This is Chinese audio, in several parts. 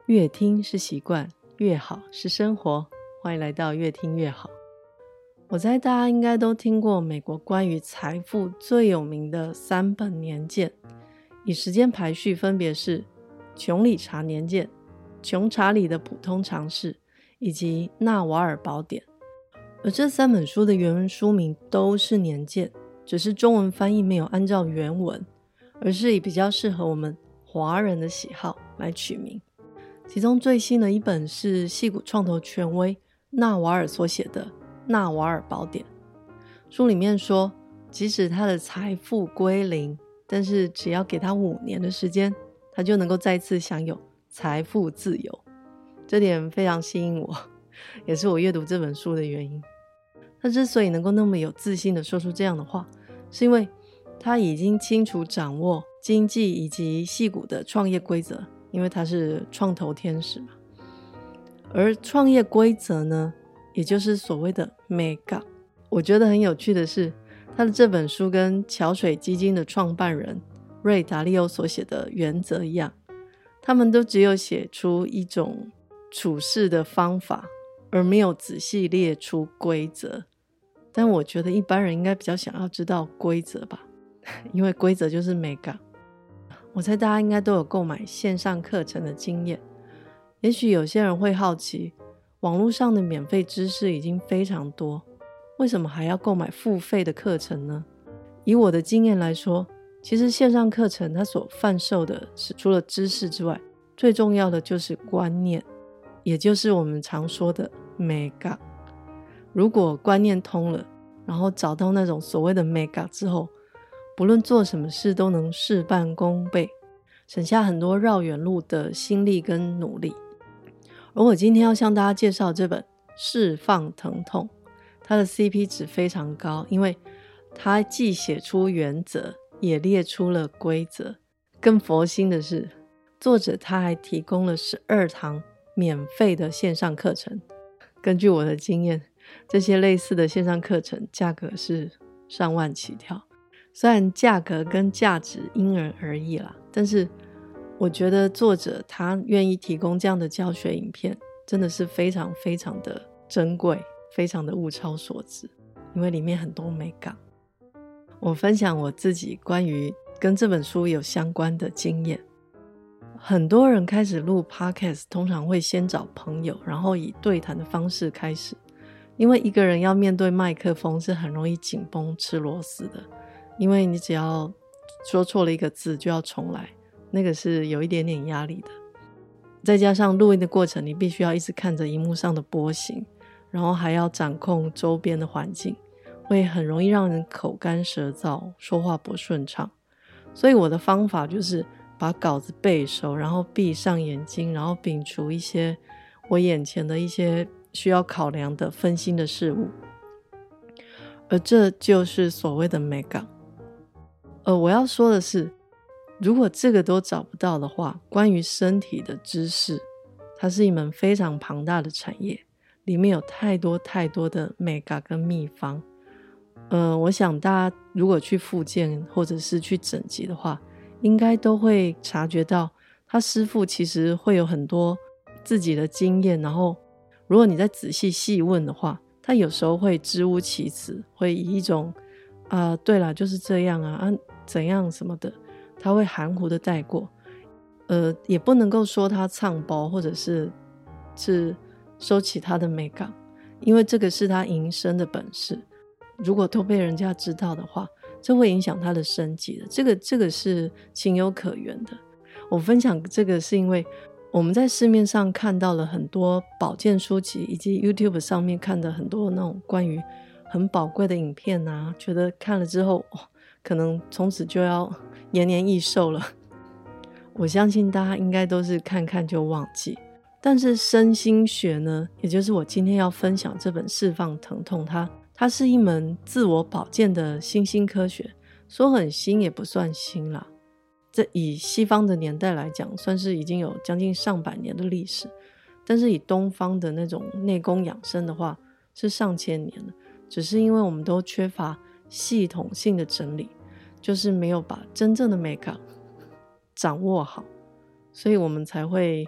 越听是习惯，越好是生活。欢迎来到越听越好。我猜大家应该都听过美国关于财富最有名的3本年鉴，以时间排序分别是穷理查年鉴、穷查理的普通常识以及纳瓦尔宝典。而这3本书的原文书名都是年鉴，只是中文翻译没有按照原文，而是以比较适合我们华人的喜好来取名。其中最新的一本是矽谷创投权威纳瓦尔所写的《纳瓦尔宝典》。书里面说，即使他的财富归零，但是只要给他5年的时间，他就能够再次享有财富自由。这点非常吸引我，也是我阅读这本书的原因。他之所以能够那么有自信的说出这样的话，是因为他已经清楚掌握经济以及矽谷的创业规则，因为他是创投天使嘛。而创业规则呢，也就是所谓的 Mega。 我觉得很有趣的是，他的这本书跟桥水基金的创办人瑞达利欧所写的原则一样，他们都只有写出一种处事的方法，而没有仔细列出规则。但我觉得一般人应该比较想要知道规则吧，因为规则就是 Mega。 我猜大家应该都有购买线上课程的经验，也许有些人会好奇，网络上的免费知识已经非常多，为什么还要购买付费的课程呢？以我的经验来说，其实线上课程它所贩售的是除了知识之外，最重要的就是观念，也就是我们常说的 Mega。 如果观念通了，然后找到那种所谓的 Mega 之后，不论做什么事都能事半功倍，省下很多绕远路的心力跟努力。而我今天要向大家介绍这本《释放疼痛》，它的 CP 值非常高，因为它既写出原则，也列出了规则。更佛心的是，作者他还提供了12堂免费的线上课程。根据我的经验，这些类似的线上课程价格是上万起跳，虽然价格跟价值因人而异啦，但是我觉得作者他愿意提供这样的教学影片，真的是非常非常的珍贵，非常的物超所值，因为里面很多美感。我分享我自己关于跟这本书有相关的经验。很多人开始录 Podcast 通常会先找朋友，然后以对谈的方式开始，因为一个人要面对麦克风是很容易紧绷吃螺丝的，因为你只要说错了一个字就要重来，那个是有一点点压力的。再加上录音的过程你必须要一直看着荧幕上的波形，然后还要掌控周边的环境，会很容易让人口干舌燥，说话不顺畅。所以我的方法就是把稿子背熟，然后闭上眼睛，然后摒除一些我眼前的一些需要考量的分心的事物，而这就是所谓的 Mega。 我要说的是，如果这个都找不到的话，关于身体的知识它是一门非常庞大的产业，里面有太多太多的 Mega 跟秘方。我想大家如果去复健或者是去整脊的话，应该都会察觉到他师父其实会有很多自己的经验，然后如果你再仔细细问的话，他有时候会支吾其词，会以一种对啦就是这样怎样什么的，他会含糊的带过。也不能够说他唱包或者是收起他的美感，因为这个是他营生的本事，如果都被人家知道的话，这会影响他的生计的，这个是情有可原的。我分享这个是因为我们在市面上看到了很多保健书籍，以及 YouTube 上面看的很多那种关于很宝贵的影片觉得看了之后可能从此就要延年益寿了。我相信大家应该都是看看就忘记，但是身心学呢，也就是我今天要分享这本《释放疼痛》，它是一门自我保健的新兴科学，说很新也不算新啦，这以西方的年代来讲算是已经有将近上百年的历史，但是以东方的那种内功养生的话是上千年了，只是因为我们都缺乏系统性的整理，就是没有把真正的美感掌握好，所以我们才会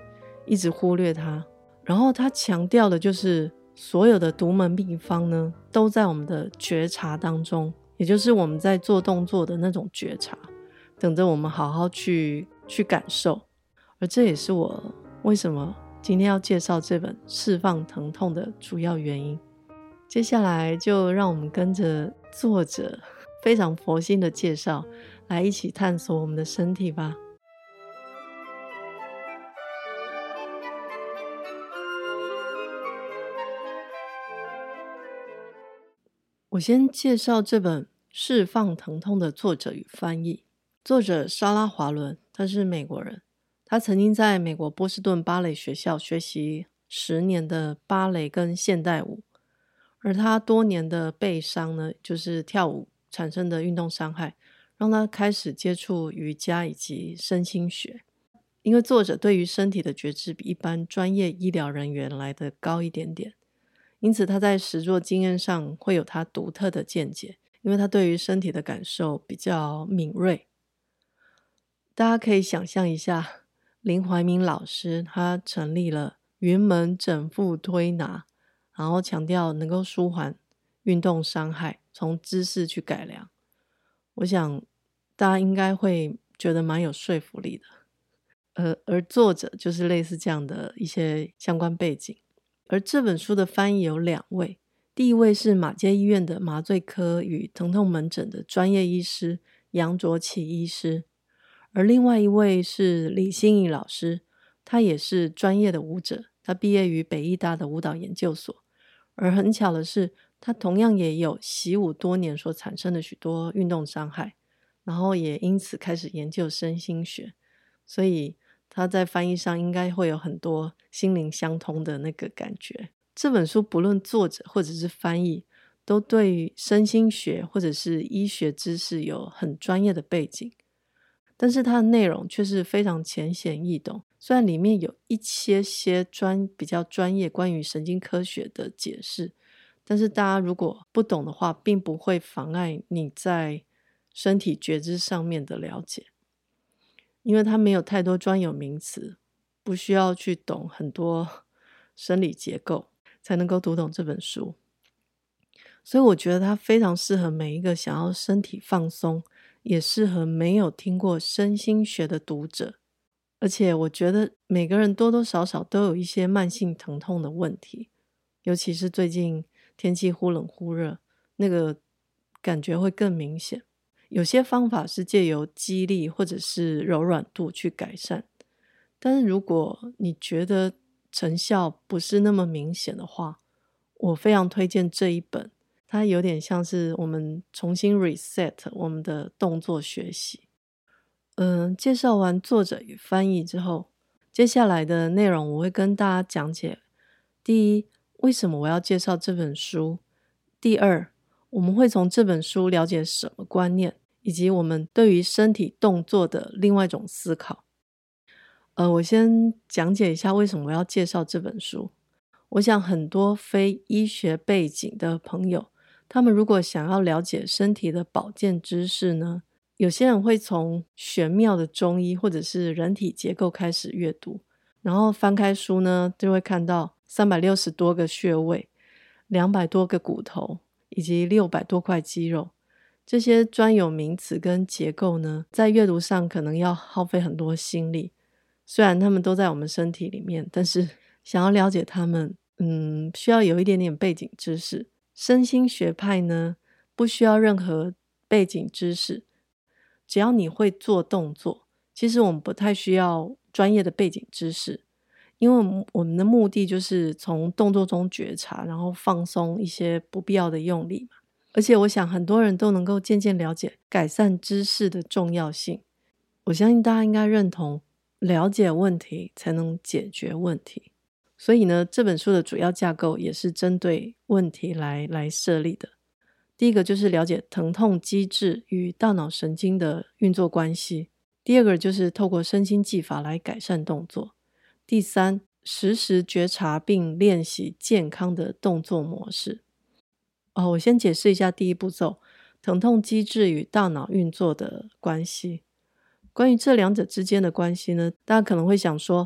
一直忽略它。然后他强调的就是所有的独门秘方呢，都在我们的觉察当中，也就是我们在做动作的那种觉察，等着我们好好去感受。而这也是我为什么今天要介绍这本《释放疼痛》的主要原因。接下来就让我们跟着作者非常佛心的介绍，来一起探索我们的身体吧。我先介绍这本《释放疼痛》的作者与翻译。作者莎拉·华伦，他是美国人，他曾经在美国波士顿芭蕾学校学习10年的芭蕾跟现代舞，而他多年的背伤呢，就是跳舞产生的运动伤害，让他开始接触瑜伽以及身心学。因为作者对于身体的觉知比一般专业医疗人员来得高一点点，因此他在实作经验上会有他独特的见解，因为他对于身体的感受比较敏锐。大家可以想象一下，林怀民老师他成立了云门整复推拿，然后强调能够舒缓运动伤害，从姿势去改良。我想大家应该会觉得蛮有说服力的。而作者就是类似这样的一些相关背景。而这本书的翻译有2位，第一位是马偕医院的麻醉科与疼痛门诊的专业医师杨卓启医师，而另外一位是李欣怡老师，他也是专业的舞者，他毕业于北艺大的舞蹈研究所，而很巧的是，他同样也有习武多年所产生的许多运动伤害，然后也因此开始研究身心学，所以他在翻译上应该会有很多心灵相通的那个感觉。这本书不论作者或者是翻译，都对于身心学或者是医学知识有很专业的背景，但是它的内容却是非常浅显易懂。虽然里面有一些比较专业关于神经科学的解释，但是大家如果不懂的话，并不会妨碍你在身体觉知上面的了解。因为它没有太多专有名词，不需要去懂很多生理结构才能够读懂这本书，所以我觉得它非常适合每一个想要身体放松，也适合没有听过身心学的读者。而且我觉得每个人多多少少都有一些慢性疼痛的问题，尤其是最近天气忽冷忽热，那个感觉会更明显。有些方法是借由肌力或者是柔软度去改善，但是如果你觉得成效不是那么明显的话，我非常推荐这一本，它有点像是我们重新 reset 我们的动作学习。介绍完作者与翻译之后，接下来的内容我会跟大家讲解：第一，为什么我要介绍这本书；第二，我们会从这本书了解什么观念，以及我们对于身体动作的另外一种思考。我先讲解一下为什么我要介绍这本书。我想很多非医学背景的朋友，他们如果想要了解身体的保健知识呢，有些人会从玄妙的中医或者是人体结构开始阅读，然后翻开书呢，就会看到360多个穴位，200多个骨头，以及600多块肌肉。这些专有名词跟结构呢，在阅读上可能要耗费很多心力。虽然他们都在我们身体里面，但是想要了解他们，需要有一点点背景知识。身心学派呢，不需要任何背景知识，只要你会做动作，其实我们不太需要专业的背景知识，因为我们的目的就是从动作中觉察，然后放松一些不必要的用力嘛。而且我想很多人都能够渐渐了解改善姿势的重要性。我相信大家应该认同，了解问题才能解决问题。所以呢，这本书的主要架构也是针对问题来设立的。第一个就是了解疼痛机制与大脑神经的运作关系。第二个就是透过身心技法来改善动作。第三，实时觉察并练习健康的动作模式。我先解释一下第一步骤，疼痛机制与大脑运作的关系。关于这两者之间的关系呢，大家可能会想说，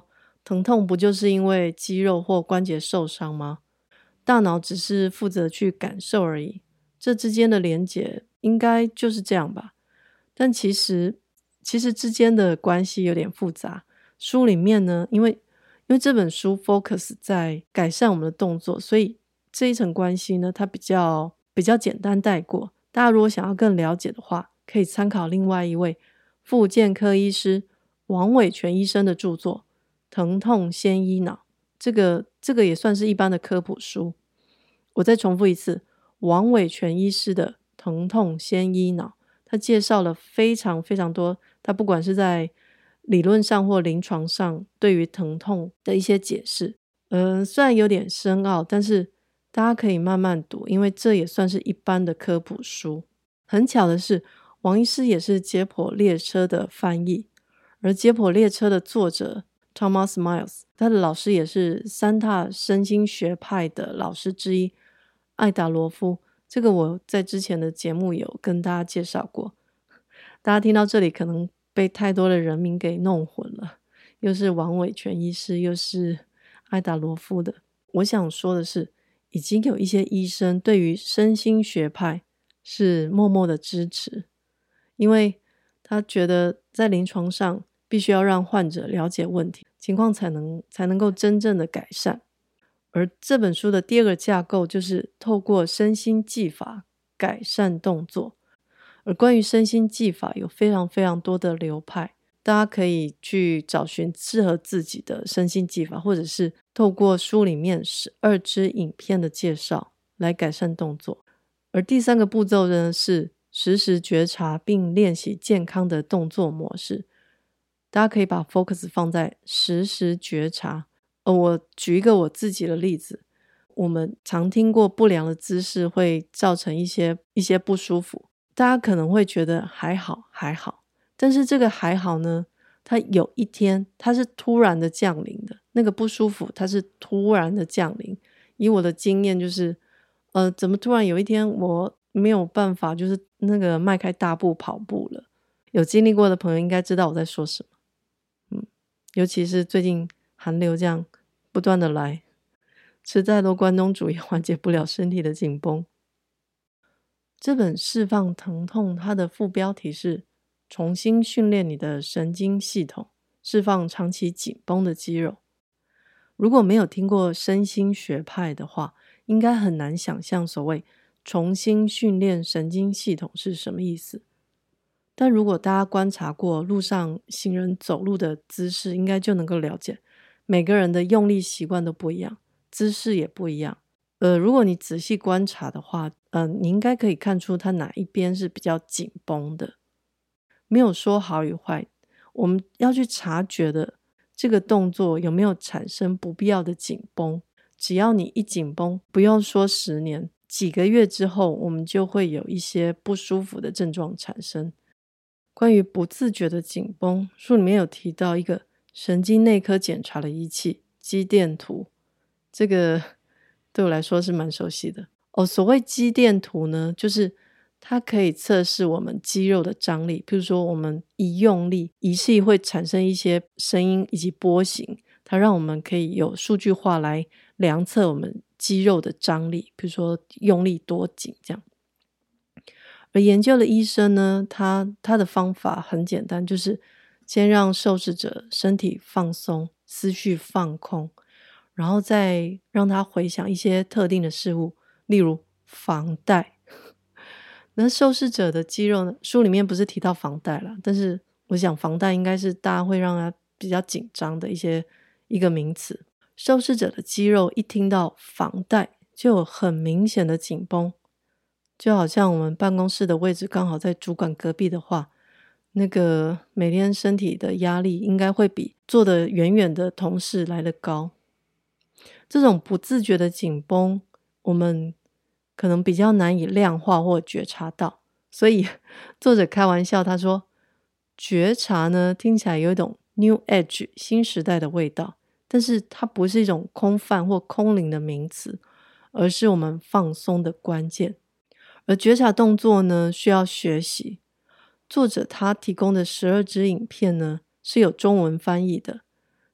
疼痛不就是因为肌肉或关节受伤吗？大脑只是负责去感受而已，这之间的连结应该就是这样吧。但其实之间的关系有点复杂。书里面呢，因为这本书 focus 在改善我们的动作，所以这一层关系呢，它比较简单带过。大家如果想要更了解的话，可以参考另外一位复健科医师王伟全医生的著作《疼痛先医脑》，这个也算是一般的科普书。我再重复一次，王伟全医师的《疼痛先医脑》，他介绍了非常非常多，他不管是在理论上或临床上对于疼痛的一些解释。虽然有点深奥，但是大家可以慢慢读，因为这也算是一般的科普书。很巧的是，王医师也是解剖列车的翻译，而解剖列车的作者 Thomas Miles， 他的老师也是三大身心学派的老师之一艾达罗夫，这个我在之前的节目有跟大家介绍过。大家听到这里可能被太多的人名给弄混了，又是王伟全医师，又是艾达罗夫的。我想说的是，已经有一些医生对于身心学派是默默的支持，因为他觉得在临床上必须要让患者了解问题，情况才能够真正的改善。而这本书的第二个架构就是透过身心技法改善动作。而关于身心技法有非常非常多的流派，大家可以去找寻适合自己的身心技法，或者是透过书里面12支影片的介绍来改善动作。而第三个步骤呢，是实时觉察并练习健康的动作模式。大家可以把 focus 放在实时觉察。我举一个我自己的例子，我们常听过不良的姿势会造成一些不舒服，大家可能会觉得还好，但是这个还好呢，它有一天它是突然的降临的，那个不舒服它是突然的降临。以我的经验就是怎么突然有一天我没有办法就是那个迈开大步跑步了。有经历过的朋友应该知道我在说什么。尤其是最近寒流这样不断的来，吃再多关东煮也缓解不了身体的紧绷。这本释放疼痛，它的副标题是重新训练你的神经系统，释放长期紧绷的肌肉。如果没有听过身心学派的话，应该很难想象所谓重新训练神经系统是什么意思。但如果大家观察过路上行人走路的姿势，应该就能够了解，每个人的用力习惯都不一样，姿势也不一样。如果你仔细观察的话，你应该可以看出它哪一边是比较紧绷的。没有说好与坏，我们要去察觉的这个动作有没有产生不必要的紧绷。只要你一紧绷，不用说10年，几个月之后，我们就会有一些不舒服的症状产生。关于不自觉的紧绷，书里面有提到一个神经内科检查的仪器肌电图，这个对我来说是蛮熟悉的。所谓肌电图呢，就是它可以测试我们肌肉的张力，譬如说我们一用力，仪器会产生一些声音以及波形，它让我们可以有数据化来量测我们肌肉的张力，譬如说用力多紧这样。而研究的医生呢，他的方法很简单，就是先让受试者身体放松，思绪放空，然后再让他回想一些特定的事物，例如房贷。那受试者的肌肉呢，书里面不是提到房贷啦，但是我想房贷应该是大家会让他比较紧张的一个名词。受试者的肌肉一听到房贷就有很明显的紧绷，就好像我们办公室的位置刚好在主管隔壁的话，那个每天身体的压力应该会比坐得远远的同事来得高。这种不自觉的紧绷，我们可能比较难以量化或觉察到，所以作者开玩笑他说，觉察呢听起来有一种 New Age 新时代的味道，但是它不是一种空泛或空灵的名词，而是我们放松的关键。而觉察动作呢，需要学习。作者他提供的12支影片呢，是有中文翻译的。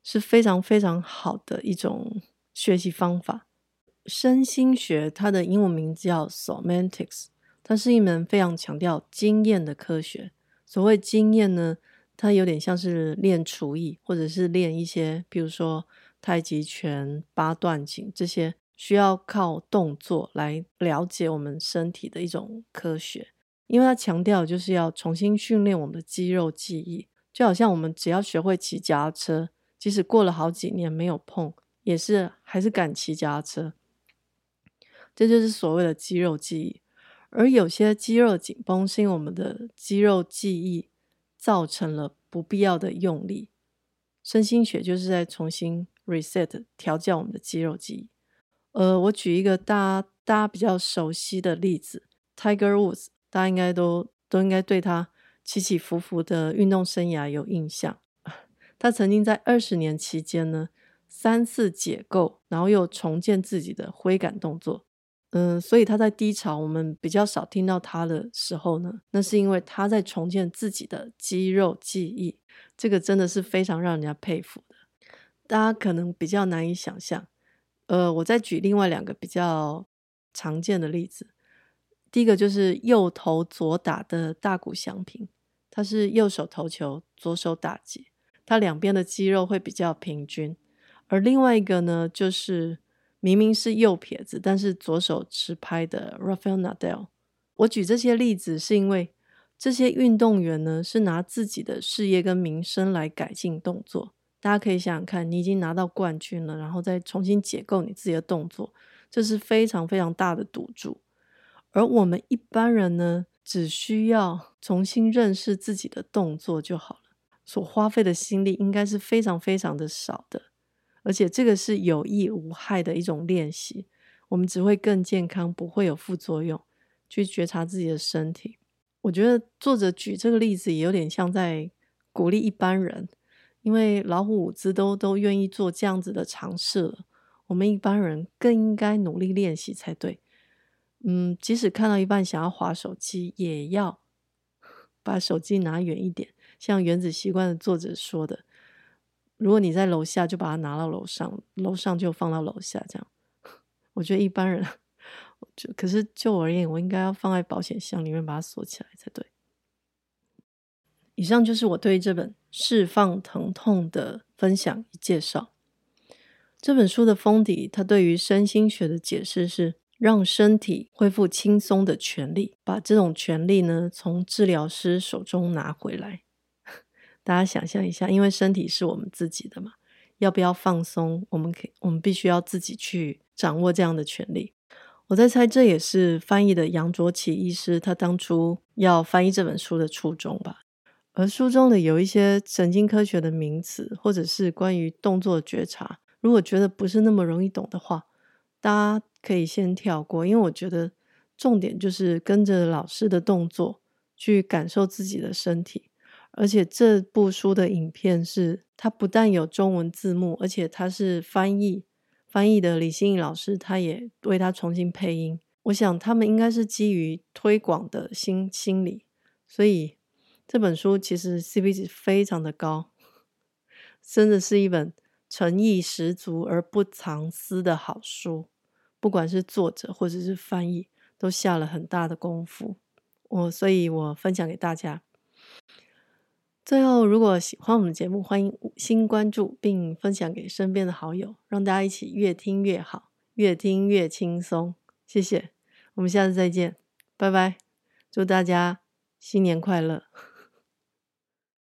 是非常非常好的一种学习方法。身心学它的英文名字叫 Semantics， 它是一门非常强调经验的科学。所谓经验呢，它有点像是练厨艺，或者是练一些比如说太极拳、八段锦这些需要靠动作来了解我们身体的一种科学。因为它强调就是要重新训练我们的肌肉记忆，就好像我们只要学会骑脚踏车，即使过了好几年没有碰，还是敢骑脚踏车。这就是所谓的肌肉记忆。而有些肌肉紧绷是因为我们的肌肉记忆造成了不必要的用力。身心学就是在重新 reset 调教我们的肌肉记忆。我举一个大家比较熟悉的例子 Tiger Woods， 大家应该都应该对他起起伏伏的运动生涯有印象。他曾经在20年期间呢3次解构，然后又重建自己的挥杆动作。所以他在低潮我们比较少听到他的时候呢，那是因为他在重建自己的肌肉记忆，这个真的是非常让人家佩服的。大家可能比较难以想象。我再举另外2个比较常见的例子。第一个就是右投左打的大谷翔平，他是右手投球，左手打击，他两边的肌肉会比较平均。而另外一个呢，就是明明是右撇子，但是左手持拍的 Rafael Nadal。 我举这些例子是因为这些运动员呢是拿自己的事业跟名声来改进动作。大家可以想想看，你已经拿到冠军了，然后再重新解构你自己的动作，这是非常非常大的赌注。而我们一般人呢，只需要重新认识自己的动作就好了，所花费的心力应该是非常非常的少的。而且这个是有益无害的一种练习，我们只会更健康，不会有副作用，去觉察自己的身体。我觉得作者举这个例子也有点像在鼓励一般人，因为老虎伍兹都愿意做这样子的尝试了，我们一般人更应该努力练习才对。即使看到一半想要滑手机，也要把手机拿远一点，像原子习惯的作者说的，如果你在楼下就把它拿到楼上，楼上就放到楼下，这样。我觉得一般人可是就我而言，我应该要放在保险箱里面把它锁起来才对。以上就是我对这本释放疼痛的分享与介绍。这本书的封底，它对于身心学的解释是让身体恢复轻松的权利，把这种权利呢从治疗师手中拿回来。大家想象一下，因为身体是我们自己的嘛，要不要放松，我们必须要自己去掌握这样的权利。我在猜这也是翻译的杨卓启医师他当初要翻译这本书的初衷吧。而书中的有一些神经科学的名词，或者是关于动作觉察，如果觉得不是那么容易懂的话，大家可以先跳过，因为我觉得重点就是跟着老师的动作去感受自己的身体。而且这部书的影片是它不但有中文字幕，而且它是翻译的李欣怡老师，他也为他重新配音。我想他们应该是基于推广的心理，所以这本书其实 CP 值非常的高，真的是一本诚意十足而不藏私的好书。不管是作者或者是翻译，都下了很大的功夫，所以我分享给大家。最后，如果喜欢我们的节目，欢迎5星关注并分享给身边的好友，让大家一起越听越好，越听越轻松。谢谢，我们下次再见，拜拜，祝大家新年快乐。